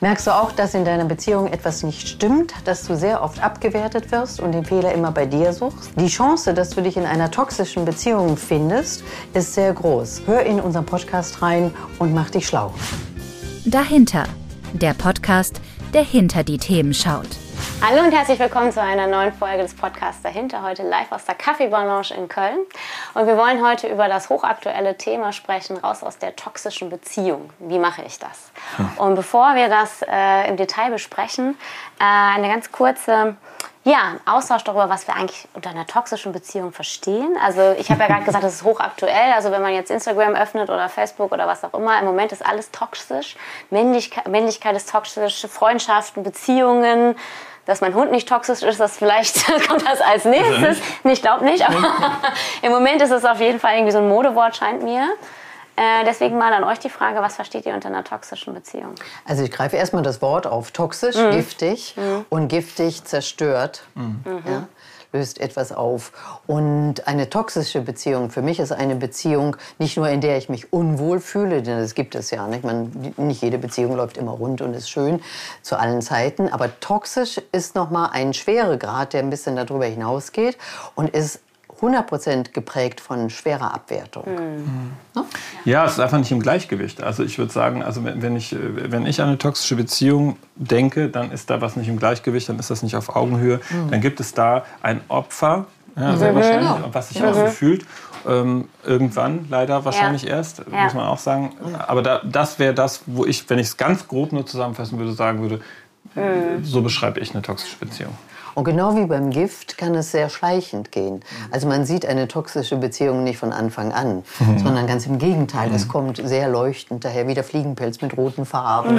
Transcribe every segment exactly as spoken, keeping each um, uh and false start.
Merkst du auch, dass in deiner Beziehung etwas nicht stimmt, dass du sehr oft abgewertet wirst und den Fehler immer bei dir suchst? Die Chance, dass du dich in einer toxischen Beziehung findest, ist sehr groß. Hör in unseren Podcast rein und mach dich schlau. Dahinter, der Podcast, der hinter die Themen schaut. Hallo und herzlich willkommen zu einer neuen Folge des Podcasts Dahinter, heute live aus der Kaffeebar Lounge in Köln. Und wir wollen heute über das hochaktuelle Thema sprechen, raus aus der toxischen Beziehung. Wie mache ich das? Hm. Und bevor wir das äh, im Detail besprechen, äh, eine ganz kurze ja, Austausch darüber, was wir eigentlich unter einer toxischen Beziehung verstehen. Also ich habe ja gerade gesagt, das ist hochaktuell. Also wenn man jetzt Instagram öffnet oder Facebook oder was auch immer, im Moment ist alles toxisch. Männlichkeit, Männlichkeit ist toxisch, Freundschaften, Beziehungen. Dass mein Hund nicht toxisch ist, das vielleicht kommt das als nächstes. Ich glaube nicht, aber im Moment ist es auf jeden Fall irgendwie so ein Modewort, scheint mir. Äh, deswegen mal an euch die Frage, was versteht ihr unter einer toxischen Beziehung? Also ich greife erstmal das Wort auf. Toxisch, mhm. giftig mhm. und giftig zerstört. Mhm. Ja, löst etwas auf. Und eine toxische Beziehung für mich ist eine Beziehung, nicht nur in der ich mich unwohl fühle, denn das gibt es ja nicht. Man, nicht jede Beziehung läuft immer rund und ist schön zu allen Zeiten. Aber toxisch ist nochmal ein Schweregrad, der ein bisschen darüber hinausgeht und ist hundert Prozent geprägt von schwerer Abwertung. Mhm. Ja? Ja, es ist einfach nicht im Gleichgewicht. Also ich würde sagen, also wenn ich, wenn ich an eine toxische Beziehung denke, dann ist da was nicht im Gleichgewicht, dann ist das nicht auf Augenhöhe. Mhm. Dann gibt es da ein Opfer, ja, sehr mhm. wahrscheinlich, was sich mhm. auch so fühlt. Ähm, irgendwann, leider wahrscheinlich ja. erst, ja. muss man auch sagen. Aber da, das wäre das, wo ich, wenn ich es ganz grob nur zusammenfassen würde, sagen würde, mhm. so beschreibe ich eine toxische Beziehung. Und genau wie beim Gift kann es sehr schleichend gehen. Also man sieht eine toxische Beziehung nicht von Anfang an, mhm. sondern ganz im Gegenteil. Mhm. Es kommt sehr leuchtend daher, wie der Fliegenpilz mit roten Farben.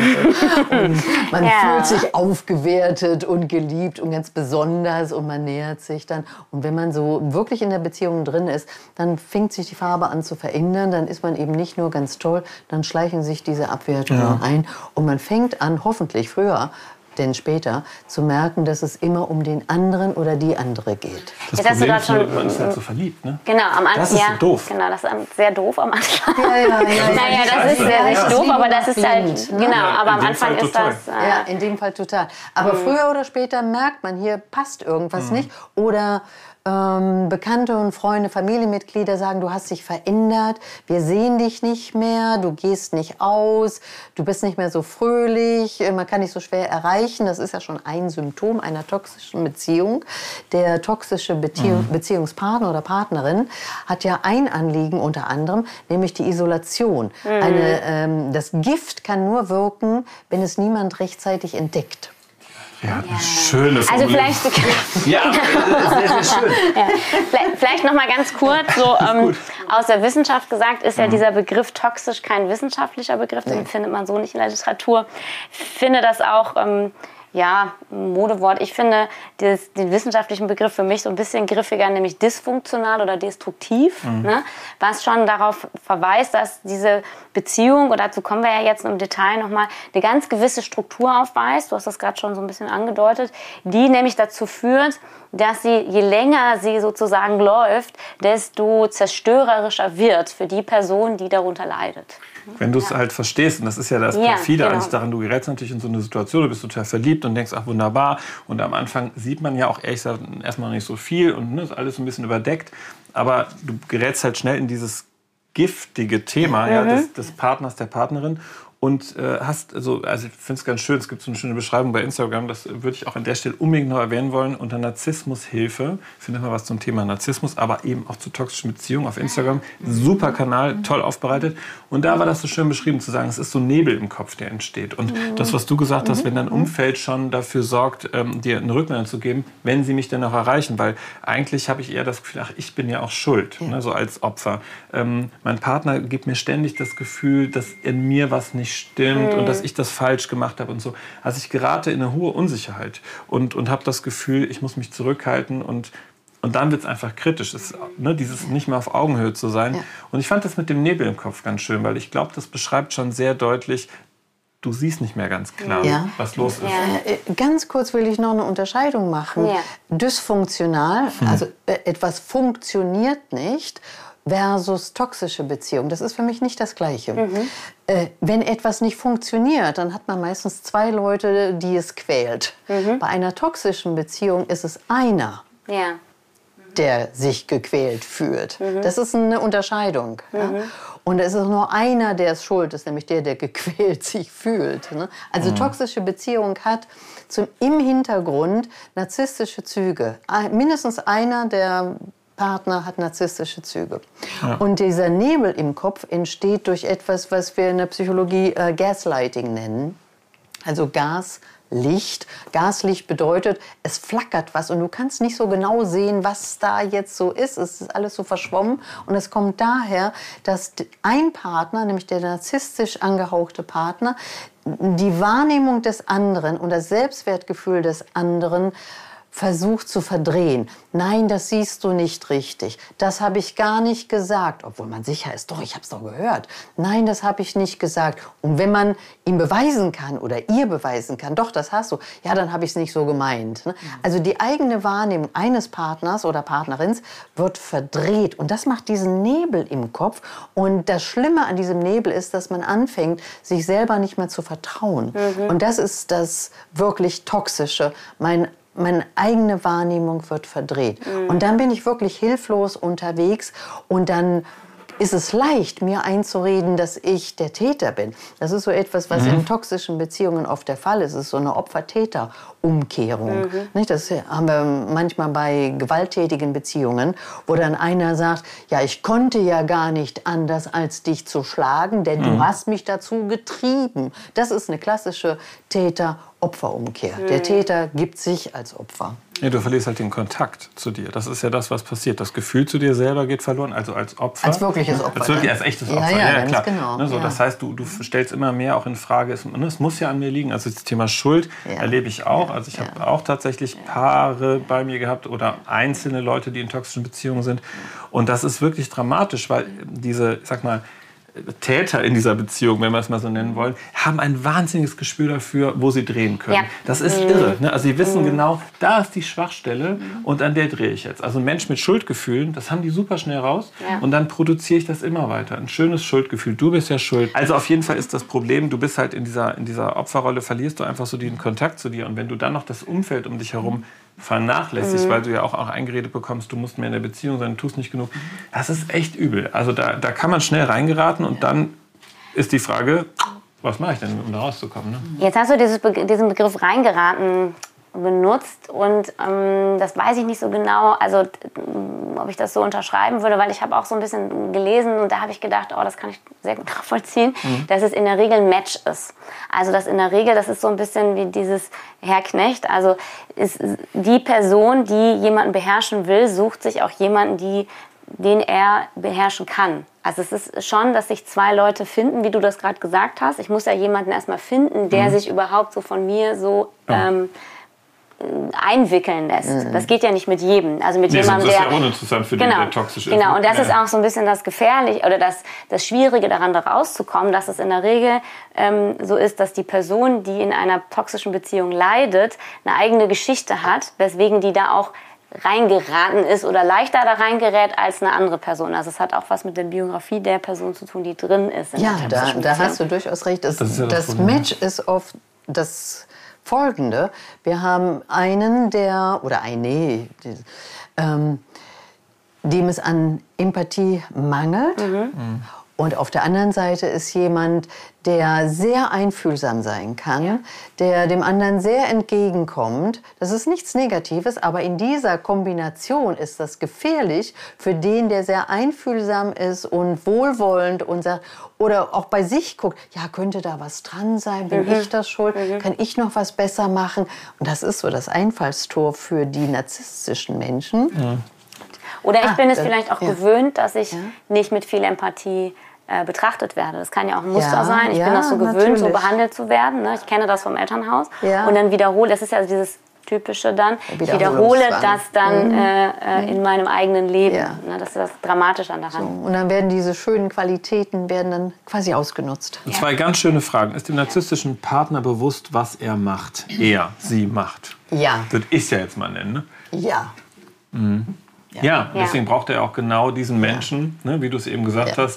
Und man ja. fühlt sich aufgewertet und geliebt und ganz besonders und man nähert sich dann. Und wenn man so wirklich in der Beziehung drin ist, dann fängt sich die Farbe an zu verändern. Dann ist man eben nicht nur ganz toll, dann schleichen sich diese Abwertungen ja. ein. Und man fängt an, hoffentlich früher, denn später, zu merken, dass es immer um den anderen oder die andere geht. Das Jetzt Problem ist, schon, man ist halt so verliebt, ne? Genau, am Anfang. Das ist ja, doof. Genau, das ist sehr doof am Anfang. Ja, ja, ja. naja, das ist ja nicht doof, aber das ist halt, genau, ja, aber am Anfang ist das... Äh, ja, in dem Fall total. Aber mhm. früher oder später merkt man, hier passt irgendwas mhm. nicht. Oder ähm, Bekannte und Freunde, Familienmitglieder sagen, du hast dich verändert, wir sehen dich nicht mehr, du gehst nicht aus, du bist nicht mehr so fröhlich, man kann dich so schwer erreichen. Das ist ja schon ein Symptom einer toxischen Beziehung. Der toxische Beziehung, mhm. Beziehungspartner oder Partnerin hat ja ein Anliegen unter anderem, nämlich die Isolation. Mhm. Eine, ähm, das Gift kann nur wirken, wenn es niemand rechtzeitig entdeckt. Ja, eine ja. schöne Formulierung. Also vielleicht, ja, sehr, sehr schön. Ja. Vielleicht, vielleicht noch mal ganz kurz, so ähm, aus der Wissenschaft gesagt, ist ja mhm. dieser Begriff toxisch kein wissenschaftlicher Begriff, den nee. findet man so nicht in der Literatur. Ich finde das auch... Ähm, ja, Modewort. Ich finde das, den wissenschaftlichen Begriff für mich so ein bisschen griffiger, nämlich dysfunktional oder destruktiv, mhm. ne? Was schon darauf verweist, dass diese Beziehung, und dazu kommen wir ja jetzt im Detail nochmal, eine ganz gewisse Struktur aufweist, du hast das gerade schon so ein bisschen angedeutet, die nämlich dazu führt, dass sie, je länger sie sozusagen läuft, desto zerstörerischer wird für die Person, die darunter leidet. Wenn du es ja. halt verstehst, und das ist ja das ja, Perfide genau. eigentlich daran, du gerätst natürlich in so eine Situation, du bist total verliebt und denkst, ach wunderbar, und am Anfang sieht man ja auch ehrlich gesagt erstmal noch nicht so viel und ne, ist alles so ein bisschen überdeckt, aber du gerätst halt schnell in dieses giftige Thema mhm. ja, des, des Partners, der Partnerin. Und äh, hast, also, also ich finde es ganz schön, es gibt so eine schöne Beschreibung bei Instagram, das würde ich auch an der Stelle unbedingt noch erwähnen wollen, unter Narzissmushilfe, findet man was zum Thema Narzissmus, aber eben auch zu toxischen Beziehungen auf Instagram. Super Kanal, toll aufbereitet. Und da war das so schön beschrieben, zu sagen, es ist so Nebel im Kopf, der entsteht. Und das, was du gesagt hast, wenn dein Umfeld schon dafür sorgt, ähm, dir eine Rückmeldung zu geben, wenn sie mich denn noch erreichen, weil eigentlich habe ich eher das Gefühl, ach, ich bin ja auch schuld, ne, so als Opfer. Ähm, mein Partner gibt mir ständig das Gefühl, dass in mir was nicht stimmt mhm. und dass ich das falsch gemacht habe und so. Also ich gerate in eine hohe Unsicherheit und, und habe das Gefühl, ich muss mich zurückhalten und, und dann wird es einfach kritisch, es, ne, dieses nicht mehr auf Augenhöhe zu sein. Ja. Und ich fand das mit dem Nebel im Kopf ganz schön, weil ich glaube, das beschreibt schon sehr deutlich, du siehst nicht mehr ganz klar, ja. was los ist. Ja. Ganz kurz will ich noch eine Unterscheidung machen. Ja. Dysfunktional, mhm. also äh, etwas funktioniert nicht, versus toxische Beziehung, das ist für mich nicht das Gleiche. Mhm. Äh, wenn etwas nicht funktioniert, dann hat man meistens zwei Leute, die es quält. Mhm. Bei einer toxischen Beziehung ist es einer, ja. der sich gequält fühlt. Mhm. Das ist eine Unterscheidung. Mhm. Ja? Und es ist nur einer, der es schuld ist, nämlich der, der gequält sich fühlt. Ne? Also mhm. toxische Beziehung hat zum, im Hintergrund narzisstische Züge. Mindestens einer der Partner hat narzisstische Züge. Ja. Und dieser Nebel im Kopf entsteht durch etwas, was wir in der Psychologie äh, Gaslighting nennen. Also Gaslicht. Gaslicht bedeutet, es flackert was und du kannst nicht so genau sehen, was da jetzt so ist. Es ist alles so verschwommen und es kommt daher, dass ein Partner, nämlich der narzisstisch angehauchte Partner, die Wahrnehmung des anderen und das Selbstwertgefühl des anderen versucht zu verdrehen. Nein, das siehst du nicht richtig. Das habe ich gar nicht gesagt. Obwohl man sicher ist, doch, ich habe es doch gehört. Nein, das habe ich nicht gesagt. Und wenn man ihm beweisen kann oder ihr beweisen kann, doch, das hast du, ja, dann habe ich es nicht so gemeint. Also die eigene Wahrnehmung eines Partners oder Partnerins wird verdreht. Und das macht diesen Nebel im Kopf. Und das Schlimme an diesem Nebel ist, dass man anfängt, sich selber nicht mehr zu vertrauen. Mhm. Und das ist das wirklich Toxische. Mein Meine eigene Wahrnehmung wird verdreht. Mhm. Und dann bin ich wirklich hilflos unterwegs und dann ist es leicht, mir einzureden, dass ich der Täter bin. Das ist so etwas, was mhm. in toxischen Beziehungen oft der Fall ist. Es ist so eine Opfer-Täter-Umkehrung. Mhm. Nicht? Das haben wir manchmal bei gewalttätigen Beziehungen, wo dann einer sagt, ja, ich konnte ja gar nicht anders, als dich zu schlagen, denn mhm. du hast mich dazu getrieben. Das ist eine klassische Täter-Opfer-Umkehr. Mhm. Der Täter gibt sich als Opfer. Ja, du verlierst halt den Kontakt zu dir. Das ist ja das, was passiert. Das Gefühl zu dir selber geht verloren, also als Opfer. Als wirkliches Opfer. Als, wirklich, als echtes Opfer, ja, ja, ja, ja klar. Genau. Ne, so, ja. Das heißt, du, du stellst immer mehr auch in Frage, es, ne, es muss ja an mir liegen. Also das Thema Schuld ja. erlebe ich auch. Also ich ja. habe auch tatsächlich Paare bei mir gehabt oder einzelne Leute, die in toxischen Beziehungen sind. Und das ist wirklich dramatisch, weil diese, ich sag mal, Täter in dieser Beziehung, wenn wir es mal so nennen wollen, haben ein wahnsinniges Gespür dafür, wo sie drehen können. Ja. Das ist mhm. irre. Ne? Also sie wissen mhm. genau, da ist die Schwachstelle mhm. und an der drehe ich jetzt. Also ein Mensch mit Schuldgefühlen, das haben die super schnell raus ja. und dann produziere ich das immer weiter. Ein schönes Schuldgefühl. Du bist ja schuld. Also auf jeden Fall ist das Problem, du bist halt in dieser, in dieser Opferrolle, verlierst du einfach so den Kontakt zu dir. Und wenn du dann noch das Umfeld um dich herum vernachlässigst, mhm. weil du ja auch, auch eingeredet bekommst, du musst mehr in der Beziehung sein, du tust nicht genug. Das ist echt übel. Also da, da kann man schnell reingeraten und dann ist die Frage, was mache ich denn, um da rauszukommen? Ne? Jetzt hast du dieses Be- diesen Begriff reingeraten benutzt und ähm, das weiß ich nicht so genau, also ob ich das so unterschreiben würde, weil ich habe auch so ein bisschen gelesen und da habe ich gedacht, oh, das kann ich sehr gut nachvollziehen, mhm. dass es in der Regel ein Match ist. Also dass in der Regel, das ist so ein bisschen wie dieses Herr Knecht, also ist die Person, die jemanden beherrschen will, sucht sich auch jemanden, die, den er beherrschen kann. Also es ist schon, dass sich zwei Leute finden, wie du das gerade gesagt hast. Ich muss ja jemanden erstmal finden, der mhm. sich überhaupt so von mir so ja. ähm, einwickeln lässt. Mhm. Das geht ja nicht mit jedem. Also mit nee, jemandem, das ist der ja uninteressant für genau, den, der toxisch ist. Genau, und das ja. ist auch so ein bisschen das Gefährliche oder das, das Schwierige daran, da rauszukommen, dass es in der Regel ähm, so ist, dass die Person, die in einer toxischen Beziehung leidet, eine eigene Geschichte hat, weswegen die da auch reingeraten ist oder leichter da reingerät als eine andere Person. Also es hat auch was mit der Biografie der Person zu tun, die drin ist. In ja, der da, da hast du durchaus recht. Das, das, ja das, das Match ist oft das Folgende. Wir haben einen, der, oder eine, die, ähm, dem es an Empathie mangelt. Mhm. Mhm. Und auf der anderen Seite ist jemand, der sehr einfühlsam sein kann, ja. der dem anderen sehr entgegenkommt. Das ist nichts Negatives, aber in dieser Kombination ist das gefährlich für den, der sehr einfühlsam ist und wohlwollend und sagt, oder auch bei sich guckt, ja, könnte da was dran sein, bin mhm. ich das schuld, mhm. kann ich noch was besser machen? Und das ist so das Einfallstor für die narzisstischen Menschen. Ja. Oder ich ah, bin es äh, vielleicht auch ja. gewöhnt, dass ich ja. nicht mit viel Empathie äh, betrachtet werde. Das kann ja auch ein Muster ja, sein. Ich ja, bin das so gewöhnt, natürlich. so behandelt zu werden. Ne? Ich kenne das vom Elternhaus. Ja. Und dann wiederhole, das ist ja dieses Typische dann, ich wiederhole das dann mhm. äh, in meinem eigenen Leben. Ja. Ne? Das ist das Dramatische daran. So, und dann werden diese schönen Qualitäten werden dann quasi ausgenutzt. Und zwei ganz schöne Fragen. Ist dem narzisstischen Partner bewusst, was er macht? Er, sie macht. Ja. Würde ich ja jetzt mal nennen. Ne? Ja. Mhm. Ja, ja, deswegen braucht er auch genau diesen Menschen, ja. ne, wie du es eben gesagt ja. hast,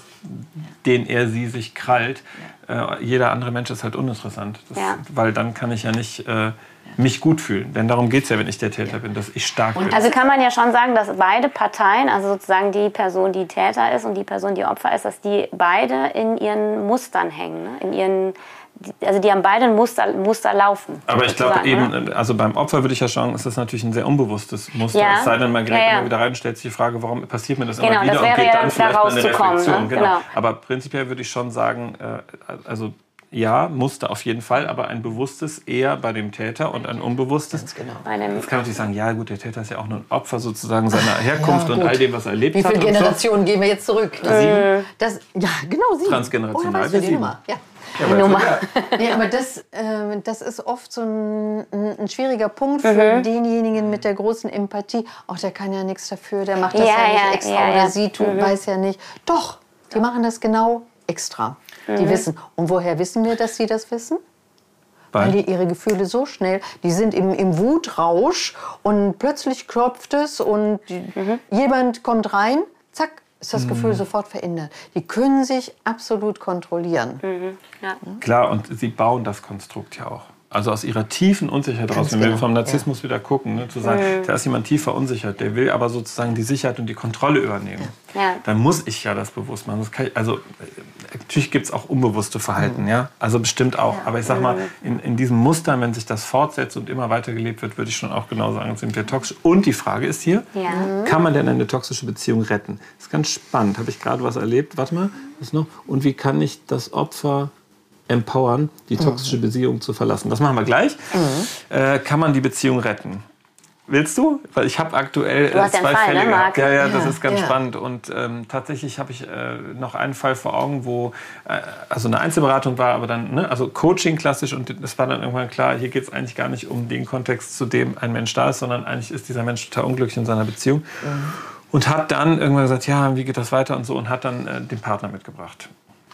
den er sie sich krallt. Ja. Äh, jeder andere Mensch ist halt uninteressant, das, ja. weil dann kann ich ja nicht äh, mich gut fühlen. Denn darum geht es ja, wenn ich der Täter ja. bin, dass ich stark bin. Also kann man ja schon sagen, dass beide Parteien, also sozusagen die Person, die Täter ist und die Person, die Opfer ist, dass die beide in ihren Mustern hängen, ne? in ihren Also die haben beide ein Muster, Muster laufen. Aber ich glaube eben, oder? also beim Opfer würde ich ja sagen, ist das natürlich ein sehr unbewusstes Muster. Ja. Es sei denn, man gerät ja, ja. immer wieder rein und stellt sich die Frage, warum passiert mir das genau, immer wieder das und geht ja dann vielleicht mal in eine Reflexion. Ne? Genau. Genau. Aber prinzipiell würde ich schon sagen, also ja, Muster auf jeden Fall, aber ein bewusstes eher bei dem Täter und ein unbewusstes. Genau. Jetzt kann man natürlich sagen, ja gut, der Täter ist ja auch nur ein Opfer sozusagen seiner Herkunft ja, und all dem, was er erlebt Wie hat. Wie viele Generationen so. gehen wir jetzt zurück? Sieben. Das, ja, genau, sieben. Transgenerational. Oh, weißt du die Nummer? Ja. Ja, aber, Nummer. Ja. Nee, aber das, äh, das ist oft so ein, ein schwieriger Punkt für mhm. denjenigen mit der großen Empathie. Auch der kann ja nichts dafür, der macht das ja, ja nicht ja, extra ja, oder ja. sie tut, mhm. weiß ja nicht. Doch, die machen das genau extra. Mhm. Die wissen. Und woher wissen wir, dass sie das wissen? Weil die ihre Gefühle so schnell, die sind im, im Wutrausch und plötzlich klopft es und die, mhm. jemand kommt rein, zack, ist das Gefühl mhm. sofort verändert. Die können sich absolut kontrollieren. Mhm. Ja. Klar, und sie bauen das Konstrukt ja auch. Also aus ihrer tiefen Unsicherheit heraus, wenn genau. wir vom Narzissmus ja. wieder gucken, ne, zu sagen, mhm. da ist jemand tief verunsichert, der will aber sozusagen die Sicherheit und die Kontrolle übernehmen. Ja. Ja. Dann muss ich ja das bewusst machen. Das kann ich, also natürlich gibt es auch unbewusste Verhalten, mhm. ja, also bestimmt auch. Ja. Aber ich sag mal, in, in diesem Muster, wenn sich das fortsetzt und immer weiter gelebt wird, würde ich schon auch genau sagen, sind wir toxisch. Und die Frage ist hier, ja. kann man denn eine toxische Beziehung retten? Das ist ganz spannend. Habe ich gerade was erlebt? Warte mal, was noch? Und wie kann ich das Opfer empowern, die toxische mhm. Beziehung zu verlassen? Das machen wir gleich. Mhm. Äh, kann man die Beziehung retten? Willst du? Weil ich habe aktuell du hast zwei ja einen Fall, Fälle ne, gehabt. Ja, ja, das ja, ist ganz ja. spannend. Und ähm, tatsächlich habe ich äh, noch einen Fall vor Augen, wo äh, also eine Einzelberatung war, aber dann ne, also Coaching klassisch. Und es war dann irgendwann klar, hier geht es eigentlich gar nicht um den Kontext, zu dem ein Mensch da ist, sondern eigentlich ist dieser Mensch total unglücklich in seiner Beziehung. Mhm. Und hat dann irgendwann gesagt, ja, wie geht das weiter und so. Und hat dann äh, den Partner mitgebracht.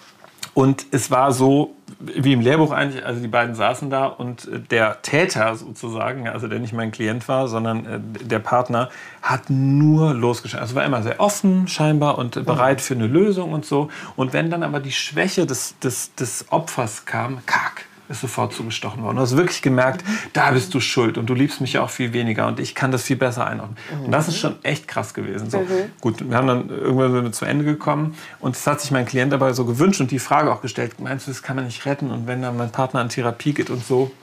Und es war so, wie im Lehrbuch eigentlich, also die beiden saßen da und der Täter sozusagen, also der nicht mein Klient war, sondern der Partner, hat nur losgeschrien. Also war immer sehr offen scheinbar und bereit für eine Lösung und so. Und wenn dann aber die Schwäche des, des, des Opfers kam, kack, ist sofort zugestochen worden. Du hast wirklich gemerkt, da bist du schuld und du liebst mich ja auch viel weniger und ich kann das viel besser einordnen. Und das ist schon echt krass gewesen. So, mhm. Gut, wir haben dann irgendwann zu Ende gekommen und das hat sich mein Klient dabei so gewünscht und die Frage auch gestellt, meinst du, das kann man nicht retten und wenn dann mein Partner in Therapie geht und so?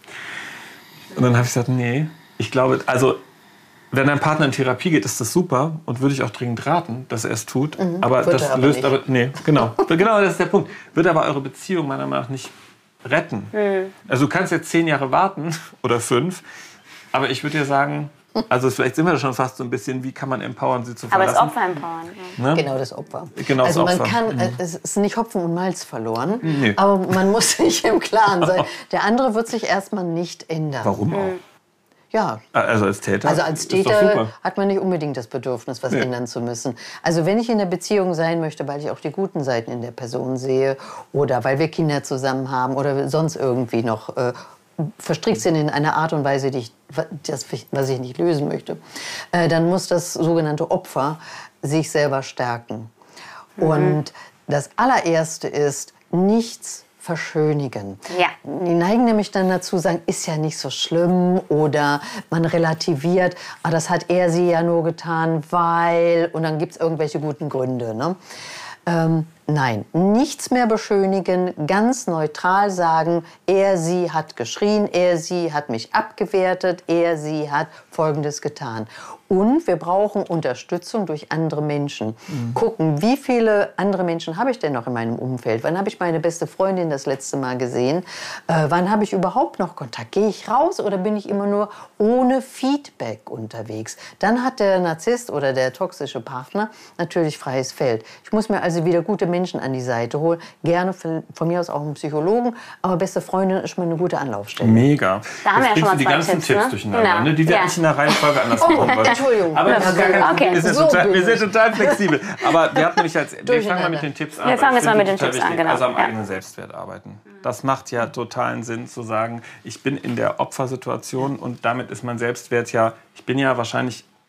Und dann habe ich gesagt, nee, ich glaube, also wenn dein Partner in Therapie geht, ist das super und würde ich auch dringend raten, dass er es tut. Mhm. Aber Wird das aber löst nicht. aber, nee, genau, genau, das ist der Punkt. Wird aber eure Beziehung meiner Meinung nach nicht retten. Mhm. Also du kannst jetzt zehn Jahre warten oder fünf, aber ich würde dir sagen, also vielleicht sind wir da schon fast so ein bisschen, wie kann man empowern, sie zu verlassen. Aber das Opfer empowern. Ja. Ne? Genau, das Opfer. Genau also das man Opfer. kann, Mhm. es ist nicht Hopfen und Malz verloren, Nee. aber man muss sich im Klaren sein. Der andere wird sich erstmal nicht ändern. Warum auch? Ja. Also als Täter? Also als ist doch Täter super. hat man nicht unbedingt das Bedürfnis, was Nee. ändern zu müssen. Also wenn ich in der Beziehung sein möchte, weil ich auch die guten Seiten in der Person sehe oder weil wir Kinder zusammen haben oder sonst irgendwie noch äh, verstrickt sind in einer Art und Weise, die ich, das, was ich nicht lösen möchte, äh, dann muss das sogenannte Opfer sich selber stärken. Mhm. Und das allererste ist, nichts verschönigen. Ja. Die neigen nämlich dann dazu, sagen, ist ja nicht so schlimm oder man relativiert, ah, das hat er sie ja nur getan, weil, und dann gibt es irgendwelche guten Gründe. Ne? Ähm, nein, nichts mehr beschönigen, ganz neutral sagen, er, sie hat geschrien, er, sie hat mich abgewertet, er, sie hat Folgendes getan. Und wir brauchen Unterstützung durch andere Menschen. Mhm. Gucken, wie viele andere Menschen habe ich denn noch in meinem Umfeld? Wann habe ich meine beste Freundin das letzte Mal gesehen? Äh, wann habe ich überhaupt noch Kontakt? Gehe ich raus oder bin ich immer nur ohne Feedback unterwegs? Dann hat der Narzisst oder der toxische Partner natürlich freies Feld. Ich muss mir also wieder gute Menschen an die Seite holen. Gerne von, von mir aus auch einen Psychologen. Aber beste Freundin ist schon mal eine gute Anlaufstelle. Mega. Da haben wir ja schon mal die zwei ganzen Tipps, Tipps ne? durcheinander. Genau. Ne? Die wir Ja. eigentlich in der Reihenfolge anders machen wollten. Entschuldigung. Aber das ist gar kein Problem. Okay. Wir, sind So total, bin wir sind ich. total flexibel. Aber wir hatten nämlich als, wir fangen mal mit den Tipps an. Wir fangen weil ich jetzt mal finde mit die den total Tipps an, wichtig. genau. Also am Ja. eigenen Selbstwert arbeiten. Das macht ja totalen Sinn zu sagen, ich bin in der Opfersituation und damit ist mein Selbstwert ja, ich bin ja wahrscheinlich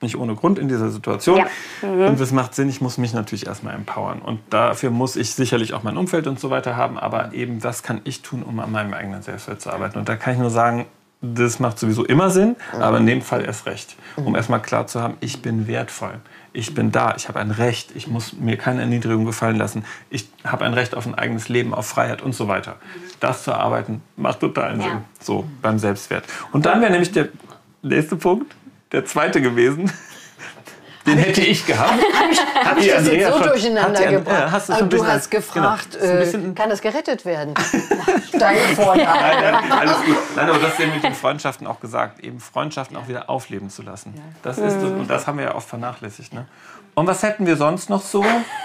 nicht ohne Grund in dieser Situation. Ja. Mhm. Und es macht Sinn, ich muss mich natürlich erstmal empowern. Und dafür muss ich sicherlich auch mein Umfeld und so weiter haben. Aber eben, was kann ich tun, um an meinem eigenen Selbstwert zu arbeiten? Und da kann ich nur sagen, das macht sowieso immer Sinn, aber in dem Fall erst recht. Um erstmal klar zu haben, ich bin wertvoll. Ich bin da, ich habe ein Recht, ich muss mir keine Erniedrigung gefallen lassen. Ich habe ein Recht auf ein eigenes Leben, auf Freiheit und so weiter. Das zu erarbeiten, macht totalen Sinn, Ja. so beim Selbstwert. Und dann wäre nämlich der nächste Punkt, der zweite gewesen. Den hätte ich gehabt. Habe ich das jetzt so durcheinander gebracht? Äh, hast du, also, so ein du bisschen, hast gefragt, genau, ein bisschen, äh, kann das gerettet werden? Deine Vorlage. Nein, nein, alles gut. Nein, aber das ist ja mit den Freundschaften auch gesagt, eben Freundschaften auch wieder aufleben zu lassen. Das ist das, und das haben wir ja oft vernachlässigt. Ne? Und was hätten wir sonst noch so?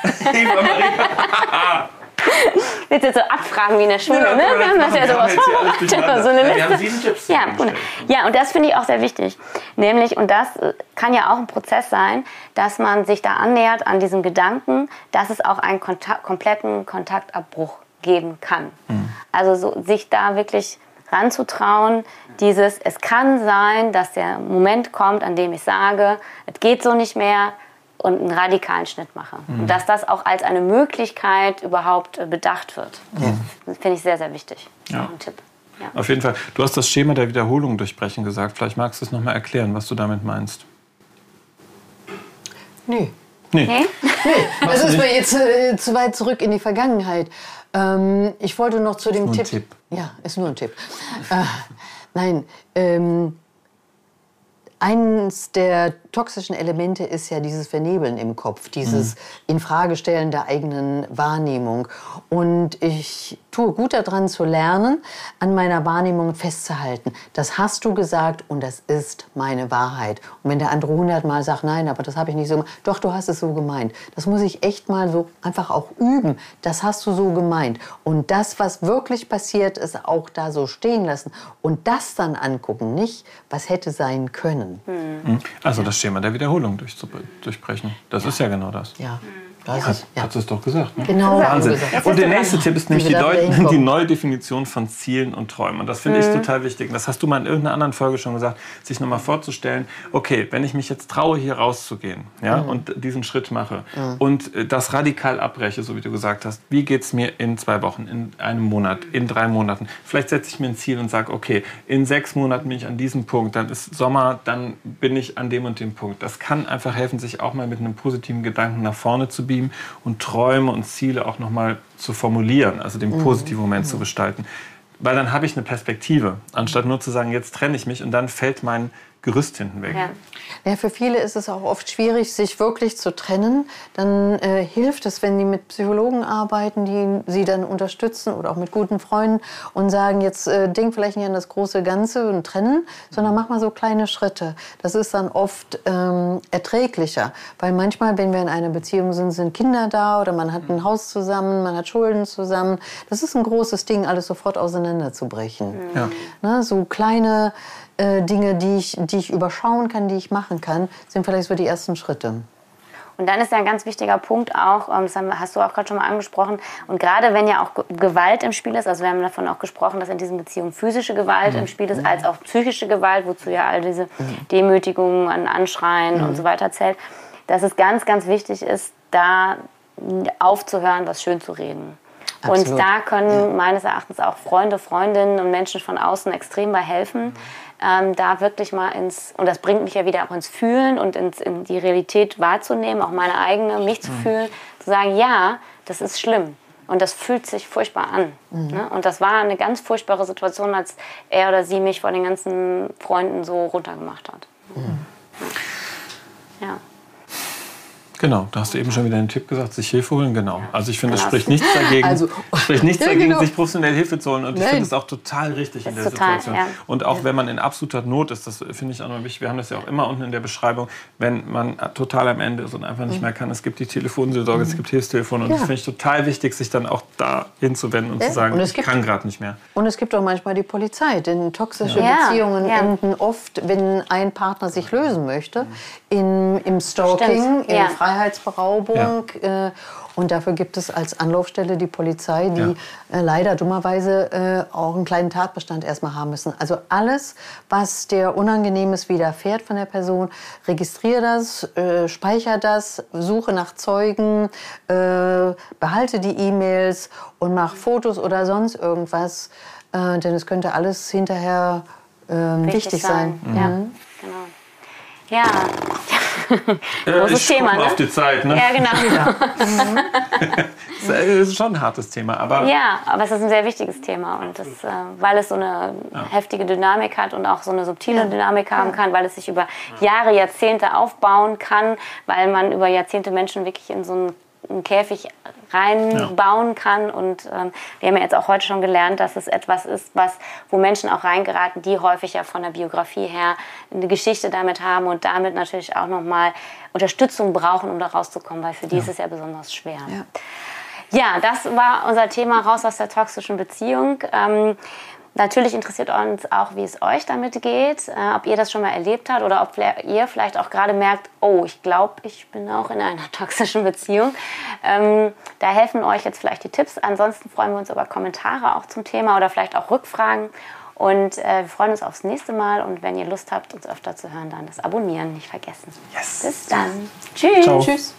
Willst du jetzt so abfragen wie in der Schule, Ja, ne? cool, Wir haben das ja wir haben sowas jetzt hier alles durcheinander. so eine Ja, wir Liste. haben sieben Tipps Ja, zusammengestellt. ja, und das finde ich auch sehr wichtig. Nämlich, und das äh, kann ja auch ein Prozess sein, dass man sich da annähert an diesem Gedanken, dass es auch einen Kontakt, kompletten Kontaktabbruch geben kann. Mhm. Also so, sich da wirklich ranzutrauen, dieses, es kann sein, dass der Moment kommt, an dem ich sage, es geht so nicht mehr, und einen radikalen Schnitt mache. Mhm. Und dass das auch als eine Möglichkeit überhaupt äh, bedacht wird. Ja. Das finde ich sehr, sehr wichtig. Ja. Ein Tipp. Ja. Auf jeden Fall. Du hast das Schema der Wiederholung durchbrechen gesagt. Vielleicht magst du es noch mal erklären, was du damit meinst. Nee. Nee. Nee? Das ist mir jetzt äh, zu weit zurück in die Vergangenheit. Ähm, ich wollte noch zu dem Nur ein Tipp. Tipp. Ja, ist nur ein Tipp. äh, nein, ähm, eines der toxischen Elemente ist ja dieses Vernebeln im Kopf, dieses mhm. Infragestellen der eigenen Wahrnehmung. Und ich tue gut daran zu lernen, an meiner Wahrnehmung festzuhalten. Das hast du gesagt und das ist meine Wahrheit. Und wenn der andere hundertmal sagt, nein, aber das habe ich nicht so gemeint. Doch, du hast es so gemeint. Das muss ich echt mal so einfach auch üben. Das hast du so gemeint. Und das, was wirklich passiert ist, auch da so stehen lassen. Und das dann angucken, nicht, was hätte sein können. Mhm. Also das Schema der Wiederholung durchbrechen. Das ja. ist ja genau das. Ja. Das Hat, ist, ja. Hast du es doch gesagt. Ne? Genau. Wahnsinn. Und der nächste Tipp ist nämlich die, Deu- die neue Definition von Zielen und Träumen. Und das finde ich total wichtig. Und das hast du mal in irgendeiner anderen Folge schon gesagt, sich nochmal vorzustellen, okay, wenn ich mich jetzt traue, hier rauszugehen, ja, mhm. und diesen Schritt mache mhm. und das radikal abbreche, so wie du gesagt hast, wie geht es mir in zwei Wochen, in einem Monat, in drei Monaten? Vielleicht setze ich mir ein Ziel und sage, okay, in sechs Monaten bin ich an diesem Punkt, dann ist Sommer, dann bin ich an dem und dem Punkt. Das kann einfach helfen, sich auch mal mit einem positiven Gedanken nach vorne zu beamen und Träume und Ziele auch nochmal zu formulieren, also den positiven Moment mhm. zu gestalten. Weil dann habe ich eine Perspektive, anstatt nur zu sagen, jetzt trenne ich mich und dann fällt mein Gerüst hinten weg. Ja. Ja, für viele ist es auch oft schwierig, sich wirklich zu trennen. Dann äh, hilft es, wenn die mit Psychologen arbeiten, die sie dann unterstützen oder auch mit guten Freunden und sagen, jetzt äh, denk vielleicht nicht an das große Ganze und trennen, sondern mach mal so kleine Schritte. Das ist dann oft ähm, erträglicher, weil manchmal, wenn wir in einer Beziehung sind, sind Kinder da oder man hat ein Haus zusammen, man hat Schulden zusammen. Das ist ein großes Ding, alles sofort auseinanderzubrechen. Ja. Ne, so kleine äh, Dinge, die ich, die ich überschauen kann, die ich machen kann, sind vielleicht so die ersten Schritte. Und dann ist ja ein ganz wichtiger Punkt auch, das hast du auch gerade schon mal angesprochen, und gerade wenn ja auch Gewalt im Spiel ist, also wir haben davon auch gesprochen, dass in diesen Beziehungen physische Gewalt mhm. im Spiel ist, als auch psychische Gewalt, wozu ja all diese mhm. Demütigungen, an Anschreien mhm. und so weiter zählt, dass es ganz, ganz wichtig ist, da aufzuhören, was schön zu reden. Absolut. Und da können ja. meines Erachtens auch Freunde, Freundinnen und Menschen von außen extrem bei helfen, mhm. ähm, da wirklich mal ins, und das bringt mich ja wieder auch ins Fühlen und ins, in die Realität wahrzunehmen, auch meine eigene, mich zu mhm. fühlen, zu sagen, ja, das ist schlimm. Und das fühlt sich furchtbar an. Mhm. Ne? Und das war eine ganz furchtbare Situation, als er oder sie mich vor den ganzen Freunden so runtergemacht hat. Mhm. Ja. ja. Genau, da hast du eben schon wieder einen Tipp gesagt, sich Hilfe holen, genau. Also ich finde, es spricht nichts dagegen, also, spricht nichts ja, dagegen genau. sich professionell Hilfe zu holen. Und ich Nein. finde es auch total richtig das in der total, Situation. Ja. Und auch wenn man in absoluter Not ist, das finde ich auch noch wichtig, wir haben das ja auch immer unten in der Beschreibung, wenn man total am Ende ist und einfach nicht mehr kann, es gibt die Telefonseelsorge, mhm. es gibt Hilfstelefone. Und ja. das finde ich total wichtig, sich dann auch da hinzuwenden und ja. zu sagen, und ich gibt, kann gerade nicht mehr. Und es gibt auch manchmal die Polizei, denn toxische ja. Beziehungen ja. enden oft, wenn ein Partner sich lösen möchte, in, im Stalking, Stimmt. im ja. Freiheitsberaubung. Ja. Äh, und dafür gibt es als Anlaufstelle die Polizei, die ja. äh, leider dummerweise äh, auch einen kleinen Tatbestand erstmal haben müssen. Also alles, was dir Unangenehmes widerfährt von der Person, registriere das, äh, speichere das, suche nach Zeugen, äh, behalte die E-Mails und mach Fotos oder sonst irgendwas. Äh, denn es könnte alles hinterher äh, wichtig, wichtig sein. sein. Mhm. Ja, genau. Ja. Großes ich Thema, guck mal ne? auf die Zeit, ne? Ja, genau. Ja. Das ist schon ein hartes Thema, aber... Ja, aber es ist ein sehr wichtiges Thema. Und das, äh, weil es so eine ja. heftige Dynamik hat und auch so eine subtile ja. Dynamik haben kann, weil es sich über Jahre, Jahrzehnte aufbauen kann, weil man über Jahrzehnte Menschen wirklich in so einen einen Käfig reinbauen ja. kann. Und ähm, wir haben ja jetzt auch heute schon gelernt, dass es etwas ist, was, wo Menschen auch reingeraten, die häufig ja von der Biografie her eine Geschichte damit haben und damit natürlich auch nochmal Unterstützung brauchen, um da rauszukommen, weil für die ja. ist es ja besonders schwer. Ja. ja, das war unser Thema, raus aus der toxischen Beziehung. Ähm, Natürlich interessiert uns auch, wie es euch damit geht, äh, ob ihr das schon mal erlebt habt oder ob ihr vielleicht auch gerade merkt, oh, ich glaube, ich bin auch in einer toxischen Beziehung. Ähm, da helfen euch jetzt vielleicht die Tipps. Ansonsten freuen wir uns über Kommentare auch zum Thema oder vielleicht auch Rückfragen. Und äh, wir freuen uns aufs nächste Mal. Und wenn ihr Lust habt, uns öfter zu hören, dann das Abonnieren nicht vergessen. Yes. Bis dann. Tschüss. Ciao. Tschüss.